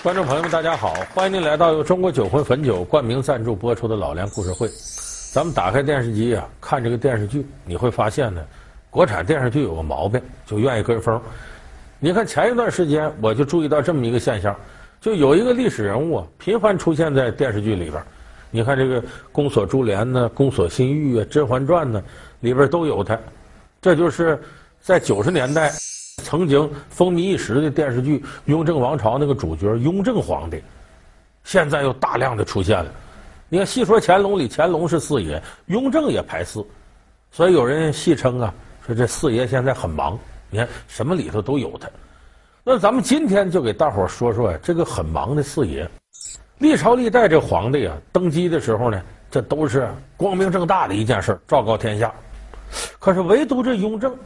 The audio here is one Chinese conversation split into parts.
观众朋友们，大家好，欢迎您来到由中国酒魂汾酒冠名赞助播出的老梁故事会。咱们打开电视机啊，看这个电视剧，你会发现呢，国产电视剧有个毛病，就愿意跟风。你看前一段时间，我就注意到这么一个现象，就有一个历史人物啊，频繁出现在电视剧里边。你看这个《宫锁珠帘》呢，《宫锁心玉》啊，《甄嬛传》呢，里边都有他。这就是在90年代曾经风靡一时的电视剧《雍正王朝》那个主角雍正皇帝，现在又大量的出现了。你看《戏说乾隆》里，乾隆是四爷，雍正也排四，所以有人戏称啊，说这四爷现在很忙。你看什么里头都有他。那咱们今天就给大伙说说这个很忙的四爷。历朝历代这皇帝啊，登基的时候呢，这都是光明正大的一件事，昭告天下。可是唯独这雍正，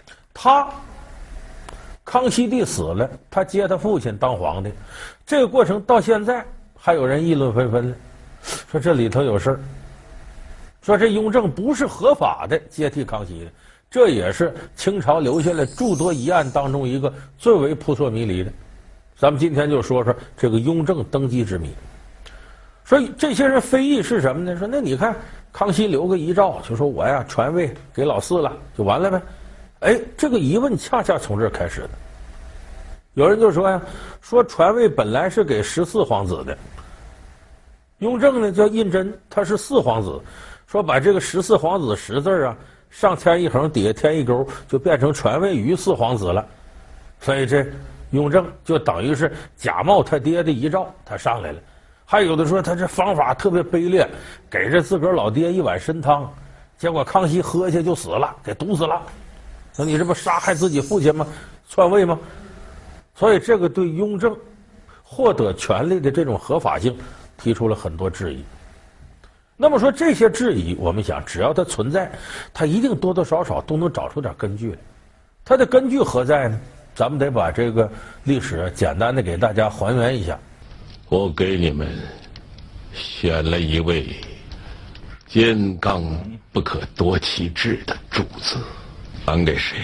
康熙帝死了，他接他父亲当皇帝，这个过程到现在还有人议论纷纷了，说这里头有事儿，说这雍正不是合法的接替康熙的，这也是清朝留下来诸多疑案当中一个最为扑朔迷离的。咱们今天就说说这个雍正登基之谜。所以这些人非议是什么呢？说那你看康熙留个遗诏，就说我呀传位给老四了，就完了呗。哎，这个疑问恰恰从这儿开始的。有人就说呀，说传位本来是给14皇子的，雍正呢叫胤禛，他是4皇子，说把这个14皇子10字啊上添一横，底下添一勾，就变成传位于4皇子了。所以这雍正就等于是假冒他爹的遗诏，他上来了。还有的说他这方法特别卑劣，给这自个儿老爹一碗参汤，结果康熙喝下就死了，给毒死了。那你这不杀害自己父亲吗？篡位吗？所以这个对雍正获得权力的这种合法性提出了很多质疑。那么说这些质疑，我们想只要它存在，它一定多多少少都能找出点根据来。它的根据何在呢？咱们得把这个历史简单的给大家还原一下。 我给你们选了一位坚刚不可夺其志的主子，传给谁，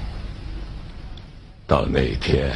到那天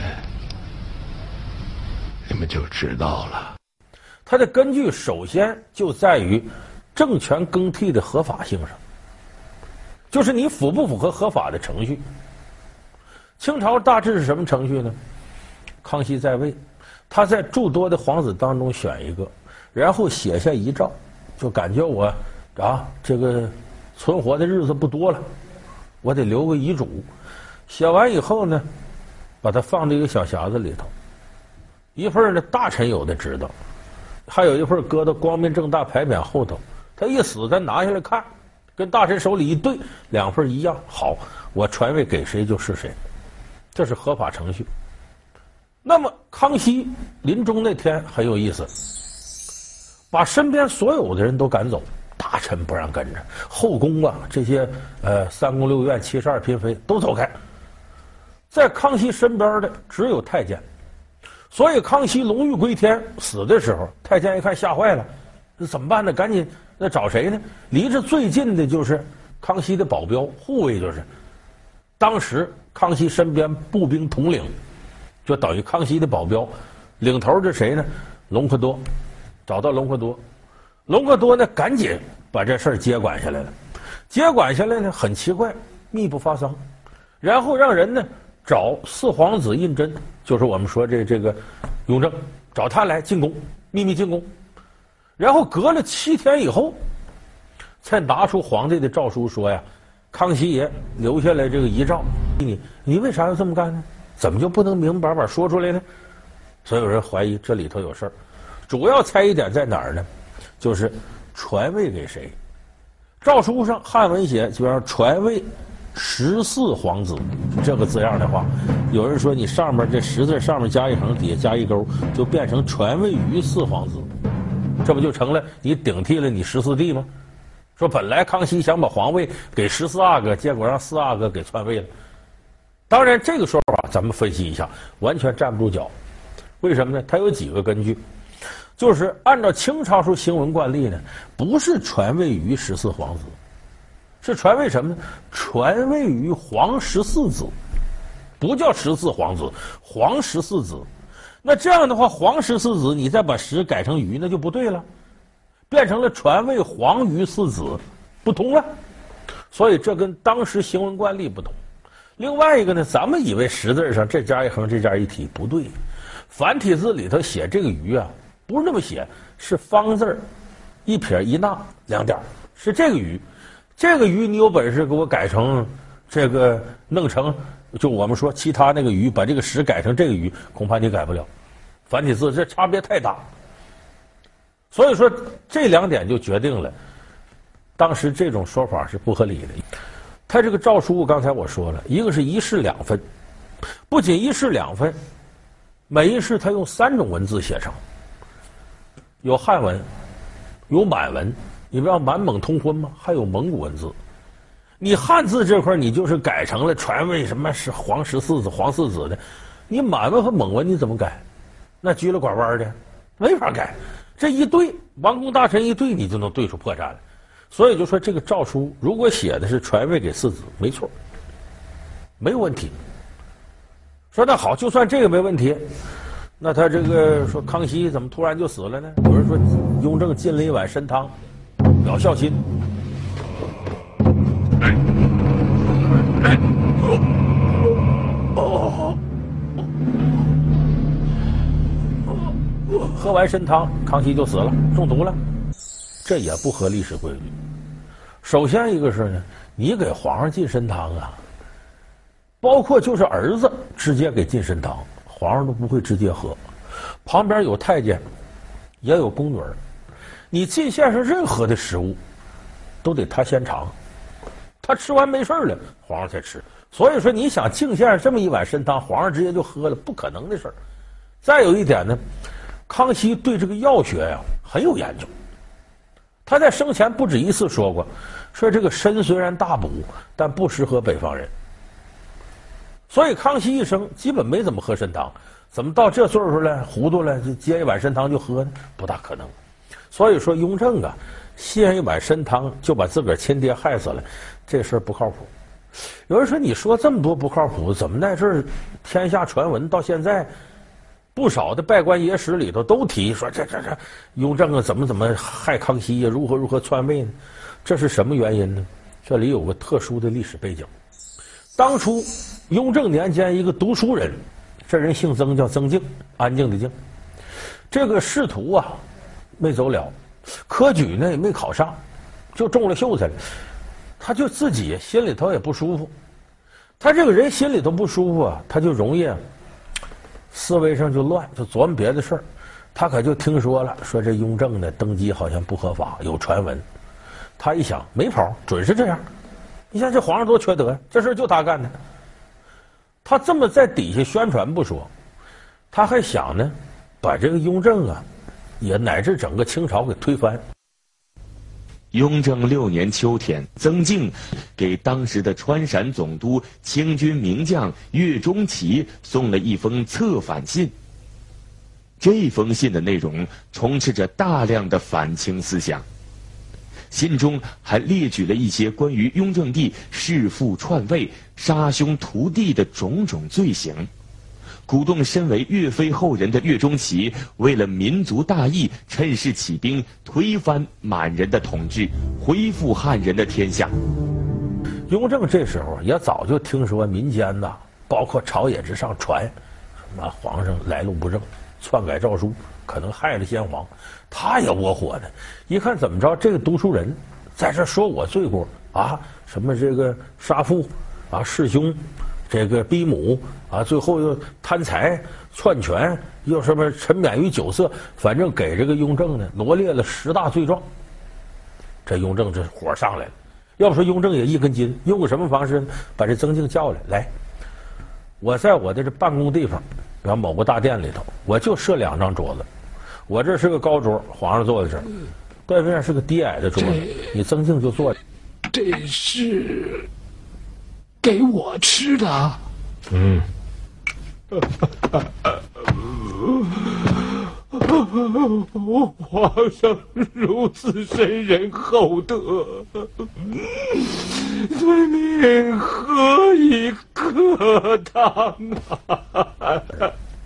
你们就知道了。 它的根据首先就在于政权更替的合法性上，就是你符不符合合法的程序。清朝大致是什么程序呢？康熙在位，他在诸多的皇子当中选一个，然后写下遗诏，就感觉我这个存活的日子不多了，我得留个遗嘱。写完以后呢，把它放在一个小匣子里头，一份呢大臣有的知道，还有一份搁到光明正大牌匾后头。他一死，咱拿下来看，跟大臣手里一对，2份一样，好，我传位给谁就是谁，这是合法程序。那么康熙临终那天很有意思，把身边所有的人都赶走，大臣不让跟着，后宫啊这些3宫6院72嫔妃都走开，在康熙身边的只有太监。所以康熙龙御归天死的时候，太监一看吓坏了，这怎么办呢？赶紧那找谁呢？离着最近的就是康熙的保镖护卫，就是当时康熙身边步兵统领，就等于康熙的保镖。领头是谁呢？隆科多。找到隆科多，隆科多呢赶紧把这事儿接管下来了。接管下来呢很奇怪，密不发丧，然后让人呢找4皇子胤禛，就是我们说这个雍正，找他来进宫，秘密进宫。然后隔了7天以后，才拿出皇帝的诏书说呀，康熙爷留下来这个遗诏，你为啥要这么干呢？怎么就不能明明白白说出来呢？所以有人怀疑这里头有事儿。主要猜疑点在哪儿呢？就是传位给谁。诏书上汉文写就要传位14皇子，这个字样的话，有人说你上面这10字上面加一横，底下加一勾，就变成传位于4皇子，这不就成了你顶替了你14弟吗？说本来康熙想把皇位给14阿哥，结果让4阿哥给篡位了。当然这个说法咱们分析一下，完全站不住脚。为什么呢？它有几个根据。就是按照清朝时候行文惯例呢，不是传位于14皇子，是传位什么呢？传位于皇14子，不叫14皇子，皇14子。 那这样的话，黄石四子，你再把石改成鱼，那就不对了，变成了传位黄鱼四子，不同了。所以这跟当时行文惯例不同。另外一个呢，咱们以为识字上这加一横，这加一提，不对。繁体字里头写这个鱼啊，不是那么写，是方字一撇一捺两点，是这个鱼。这个鱼你有本事给我改成这个，弄成就我们说其他那个鱼，把这个石改成这个鱼，恐怕你改不了。繁体字这差别太大。所以说这两点就决定了当时这种说法是不合理的。他这个诏书刚才我说了，一个是一式两分，不仅一式两分，每一式他用3种文字写成，有汉文，有满文，你不要满蒙通婚吗？还有蒙古文字。你汉字这块你就是改成了传位什么是黄石四子、黄四子的，你满文和蒙文你怎么改？那拘了拐弯的，没法改。这一对，王公大臣一对，你就能对出破绽来。所以就说这个诏书如果写的是传位给四子，没错，没有问题。说那好，就算这个没问题，那他这个说康熙怎么突然就死了呢？有人说雍正进了一碗参汤，表孝心。喝完参汤，康熙就死了，中毒了。这也不合历史规律。首先一个是呢，你给皇上进参汤啊，包括就是儿子直接给进参汤，皇上都不会直接喝，旁边有太监，也有宫女儿，你进献上任何的食物，都得他先尝，他吃完没事了，皇上才吃。所以说，你想敬献这么一碗参汤，皇上直接就喝了，不可能的事儿。再有一点呢，康熙对这个药学呀很有研究。他在生前不止一次说过，说这个参虽然大补，但不适合北方人。所以康熙一生基本没怎么喝参汤，怎么到这岁数了，糊涂了，就接一碗参汤就喝呢？不大可能。所以说雍正啊，献一碗参汤就把自个儿亲爹害死了，这事儿不靠谱。有人说，你说这么多不靠谱，怎么在这儿天下传闻到现在？不少的拜官野史里头都提说这雍正啊怎么害康熙呀，如何篡位呢？这是什么原因呢？这里有个特殊的历史背景。当初雍正年间，一个读书人，这人姓曾，叫曾静，安静的静。这个仕途啊没走了，科举呢也没考上，就中了秀才了。他就自己心里头也不舒服。他这个人心里头不舒服啊，他就容易思维上就乱，就琢磨别的事儿。他可就听说了，说这雍正呢登基好像不合法，有传闻。他一想，没跑，准是这样。你看这皇上多缺德，这事就他干的。他这么在底下宣传不说，他还想呢，把这个雍正啊，也乃至整个清朝给推翻。 雍正6年秋天，曾静给当时的川陕总督清军名将岳钟琪送了一封策反信。这封信的内容充斥着大量的反清思想，信中还列举了一些关于雍正帝弑父篡位、杀兄屠弟的种种罪行，鼓动身为岳飞后人的岳钟琪为了民族大义，趁势起兵推翻满人的统治，恢复汉人的天下。 雍正这时候也早就听说民间呐，包括朝野之上传什么皇上来路不正，篡改诏书，可能害了先皇。他也窝火呢，一看怎么着，这个读书人在这说我罪过啊，什么这个杀父啊、弑兄，这个逼母啊，最后又贪财篡权，又什么沉湎于酒色，反正给这个雍正呢罗列了10大罪状。这雍正这火上来了，要不说雍正也一根筋，用个什么方式呢？把这曾静叫来，我在我的这办公地方，比方某个大殿里头，我就设2张桌子，我这是个高桌，皇上坐在这儿，对面是个低矮的桌子，你曾静就坐着。 这是给我吃的。皇上如此深仁厚德，罪名何以可当啊？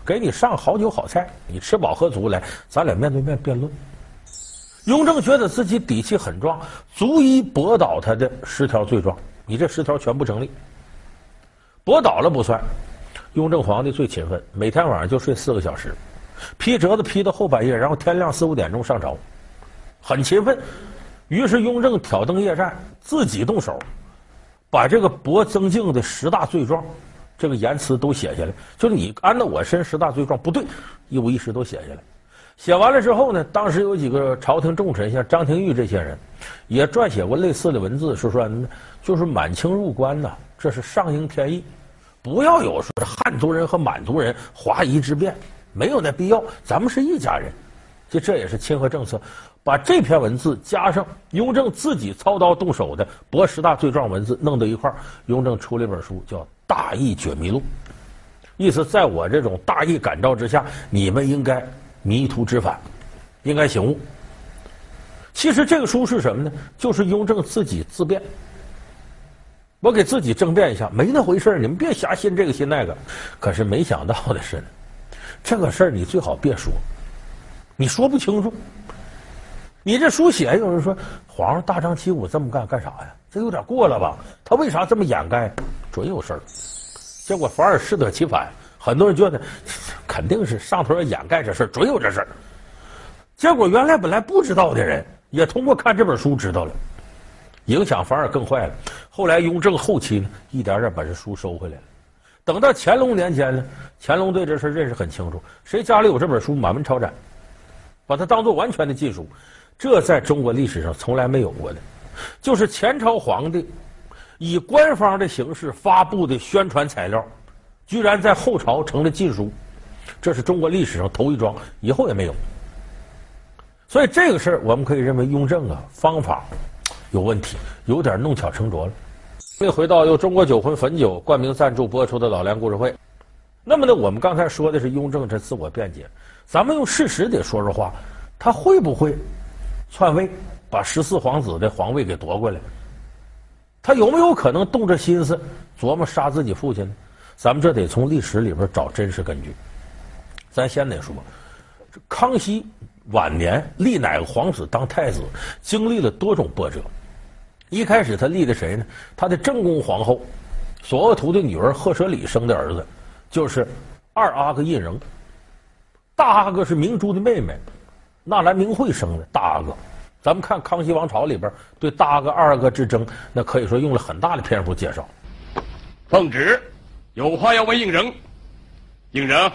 给你上好酒好菜，你吃饱喝足来，咱俩面对面辩论。雍正觉得自己底气很壮，足以驳倒他的10条罪状，你这10条全部成立。驳倒了不算，雍正皇帝最勤奋，每天晚上就睡4个小时，批折子批到后半夜，然后天亮4、5点钟上朝，很勤奋。于是雍正挑灯夜战，自己动手，把这个驳曾静的10大罪状，这个言辞都写下来。就是你按照我身10大罪状不对，一五一十都写下来。写完了之后呢，当时有几个朝廷重臣，像张廷玉这些人，也撰写过类似的文字，说就是满清入关呐，这是上应天意，不要有说汉族人和满族人华夷之辩，没有那必要，咱们是一家人。这也是亲和政策。把这篇文字加上雍正自己操刀动手的驳10大罪状文字弄到一块儿，雍正出了一本书叫《大义觉迷录》，意思在我这种大义感召之下，你们应该迷途知返，应该醒悟。其实这个书是什么呢？就是雍正自己自辩，我给自己争辩一下，没那回事，你们别瞎信这个信那个。可是没想到的是呢，这个事儿你最好别说，你说不清楚。你这书写，有人说皇上大张旗鼓这么干啥呀？这有点过了吧？他为啥这么掩盖？准有事儿。结果反而适得其反，很多人觉得肯定是上头要掩盖这事儿，准有这事儿。结果原来本来不知道的人，也通过看这本书知道了，影响反而更坏了。后来雍正后期呢，一点点把这书收回来了。等到乾隆年间呢，乾隆对这事认识很清楚，谁家里有这本书，满门抄斩，把它当作完全的禁书。这在中国历史上从来没有过的，就是前朝皇帝以官方的形式发布的宣传材料，居然在后朝成了禁书，这是中国历史上头一桩，以后也没有。所以这个事儿，我们可以认为雍正方法有问题，有点弄巧成拙了。又回到由中国酒魂汾酒冠名赞助播出的老梁故事会。那么呢，我们刚才说的是雍正这自我辩解，咱们用事实得说说话，他会不会篡位，把14皇子的皇位给夺过来？他有没有可能动着心思琢磨杀自己父亲呢？咱们这得从历史里边找真实根据。咱先得说，康熙晚年立哪个皇子当太子，经历了多种波折。一开始他立的谁呢？他的正宫皇后索额图的女儿赫舍里生的儿子，就是2阿哥胤禛。大阿哥是明珠的妹妹纳兰明慧生的大阿哥。咱们看康熙王朝里边对大阿哥、2阿哥之争，那可以说用了很大的篇幅介绍。 奉旨，有话要问胤禛。胤禛，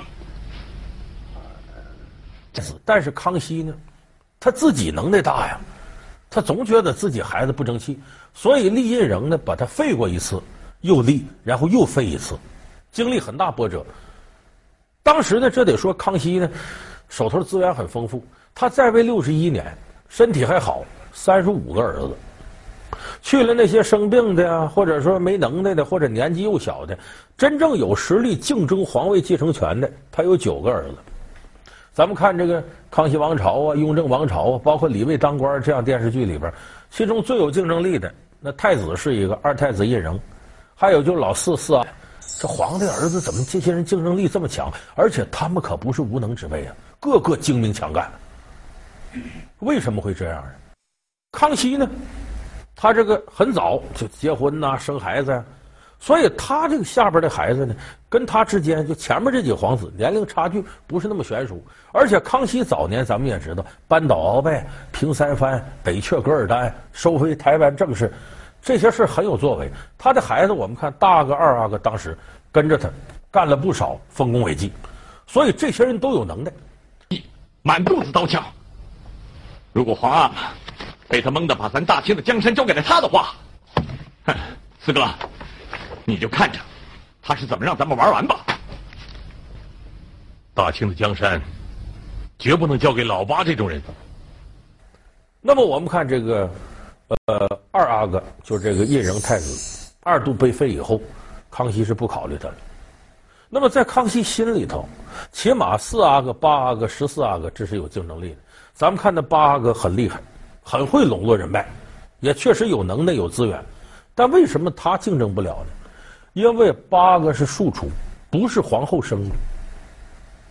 但是康熙呢，他自己能耐大呀，他总觉得自己孩子不争气，所以立胤禛呢，把他废过一次，又立，然后又废一次，经历很大波折。当时呢，这得说康熙呢，手头资源很丰富，他在位61年，身体还好，35个儿子，去了那些生病的呀，或者说没能耐的，或者年纪幼小的，真正有实力竞争皇位继承权的，他有9个儿子。咱们看这个康熙王朝啊、雍正王朝啊，包括李卫当官这样电视剧里边，其中最有竞争力的那太子是一个2太子胤禛，还有就老4阿。这皇帝儿子怎么这些人竞争力这么强？而且他们可不是无能之辈啊，个个精明强干。为什么会这样呢？康熙呢，他这个很早就结婚呐、生孩子呀，所以他这个下边的孩子呢，跟他之间就前面这几个皇子年龄差距不是那么悬殊。而且康熙早年咱们也知道，扳倒鳌拜、平三藩、北阙噶尔丹、收回台湾政事，这些事很有作为。他的孩子我们看大阿哥、2阿哥当时跟着他干了不少丰功伟绩，所以这些人都有能耐， 满肚子刀枪。如果皇阿被他蒙的把咱大清的江山交给了他的话，哼，四哥，你就看着他是怎么让咱们玩完吧。大清的江山绝不能交给老八这种人。 那么我们看这个2阿哥，就是这个胤禛太子2度被废以后，康熙是不考虑他了。那么在康熙心里头，起码4阿哥、8阿哥、14阿哥这是有竞争力的。咱们看那8阿哥很厉害，很会笼络人脉，也确实有能耐有资源，但为什么他竞争不了呢？因为8阿哥是庶出，不是皇后生的。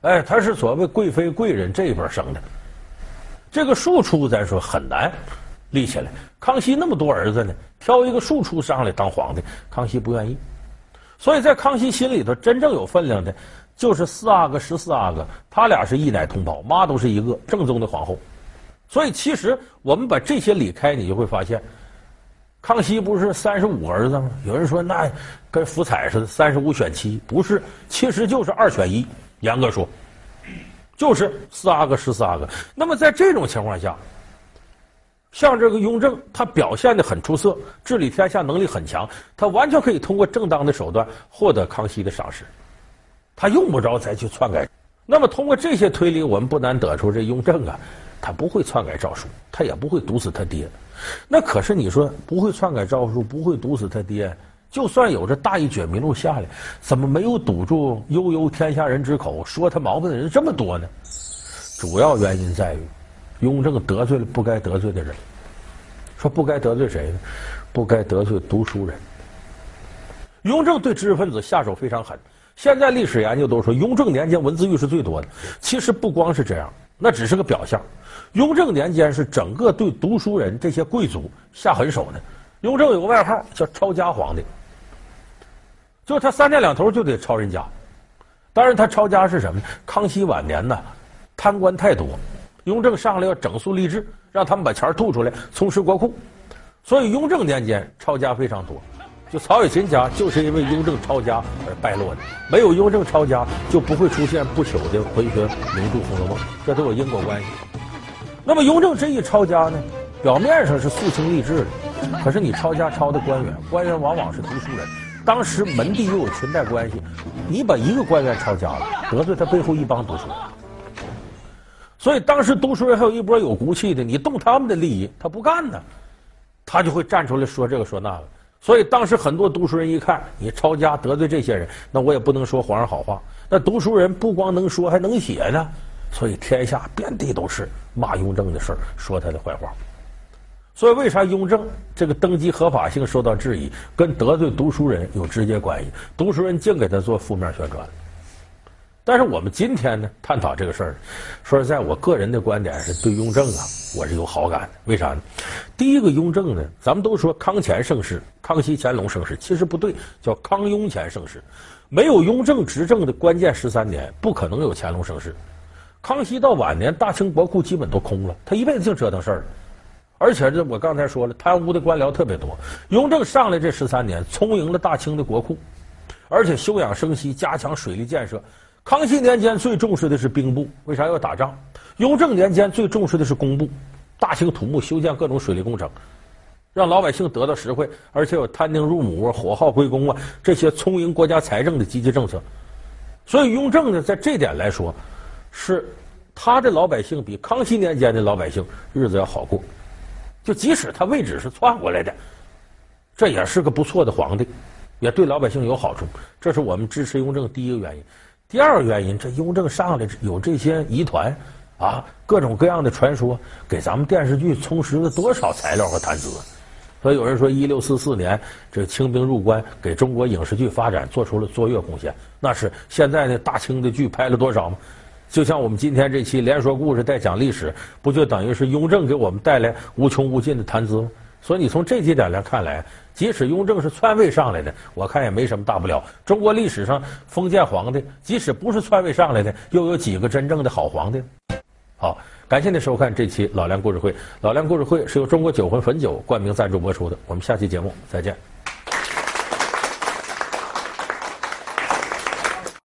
哎，他是所谓贵妃贵人这一辈生的。这个庶出咱说很难立起来。康熙那么多儿子呢，挑一个庶出上来当皇帝，康熙不愿意。所以在康熙心里头真正有分量的就是4阿哥、14阿哥，他俩是一奶同胞，妈都是一个正宗的皇后。所以其实我们把这些理开，你就会发现，康熙不是35个儿子吗？有人说那跟福彩似的，35选7，不是，其实就是2选1。严格说，就是4阿哥、14阿哥。那么在这种情况下，像这个雍正，他表现得很出色，治理天下能力很强，他完全可以通过正当的手段获得康熙的赏识，他用不着再去篡改。那么通过这些推理，我们不难得出，这雍正啊，他不会篡改诏书，他也不会毒死他爹。那可是你说不会篡改诏书，不会毒死他爹，就算有这大义觉迷录下来，怎么没有堵住悠悠天下人之口，说他毛病的人这么多呢？主要原因在于雍正得罪了不该得罪的人。说不该得罪谁呢？不该得罪读书人。雍正对知识分子下手非常狠。现在历史研究都说雍正年间文字狱是最多的，其实不光是这样，那只是个表象。雍正年间是整个对读书人这些贵族下狠手的。雍正有个外号叫抄家皇帝，就他3天2头就得抄人家。当然他抄家是什么？康熙晚年呢，贪官太多，雍正上来要整肃吏治，让他们把钱吐出来充实国库，所以雍正年间抄家非常多。就曹雪芹家就是因为雍正抄家而败落的，没有雍正抄家就不会出现不朽的文学名著《红楼梦》，这都有因果关系。那么雍正这一抄家呢，表面上是肃清吏治的，可是你抄家抄的官员，官员往往是读书人，当时门第又有裙带关系，你把一个官员抄家了，得罪他背后一帮读书人。所以当时读书人还有一波有骨气的，你动他们的利益，他不干呢，他就会站出来说这个说那个。所以当时很多读书人一看你抄家得罪这些人，那我也不能说皇上好话。那读书人不光能说还能写呢，所以天下遍地都是骂雍正的事儿，说他的坏话。所以为啥雍正这个登基合法性受到质疑，跟得罪读书人有直接关系，读书人净给他做负面宣传。但是我们今天呢探讨这个事儿，说实在，我个人的观点是对雍正啊，我是有好感的。为啥呢？第一个，雍正呢，咱们都说康乾盛世，康熙乾隆盛世，其实不对，叫康雍乾盛世。没有雍正执政的关键13年，不可能有乾隆盛世。康熙到晚年，大清国库基本都空了，他一辈子净折腾事儿。而且这我刚才说了，贪污的官僚特别多。雍正上来这13年，充盈了大清的国库，而且休养生息，加强水利建设。康熙年间最重视的是兵部，为啥要打仗？雍正年间最重视的是工部，大兴土木，修建各种水利工程，让老百姓得到实惠，而且有摊丁入亩啊、火耗归公啊这些充盈国家财政的积极政策。所以雍正呢，在这点来说，是他的老百姓比康熙年间的老百姓日子要好过。就即使他位置是篡过来的，这也是个不错的皇帝，也对老百姓有好处。这是我们支持雍正第一个原因。第二个原因，这雍正上来有这些疑团啊，各种各样的传说，给咱们电视剧充实了多少材料和谈资。所以有人说1644年这个清兵入关，给中国影视剧发展做出了卓越贡献。那是现在呢，大清的剧拍了多少吗？就像我们今天这期连说故事带讲历史，不就等于是雍正给我们带来无穷无尽的谈资吗？所以你从这几点来看来，即使雍正是篡位上来的，我看也没什么大不了。中国历史上封建皇帝，即使不是篡位上来的，又有几个真正的好皇帝？好，感谢您收看这期老梁故事会。老梁故事会是由中国酒魂汾酒冠名赞助播出的。我们下期节目再见。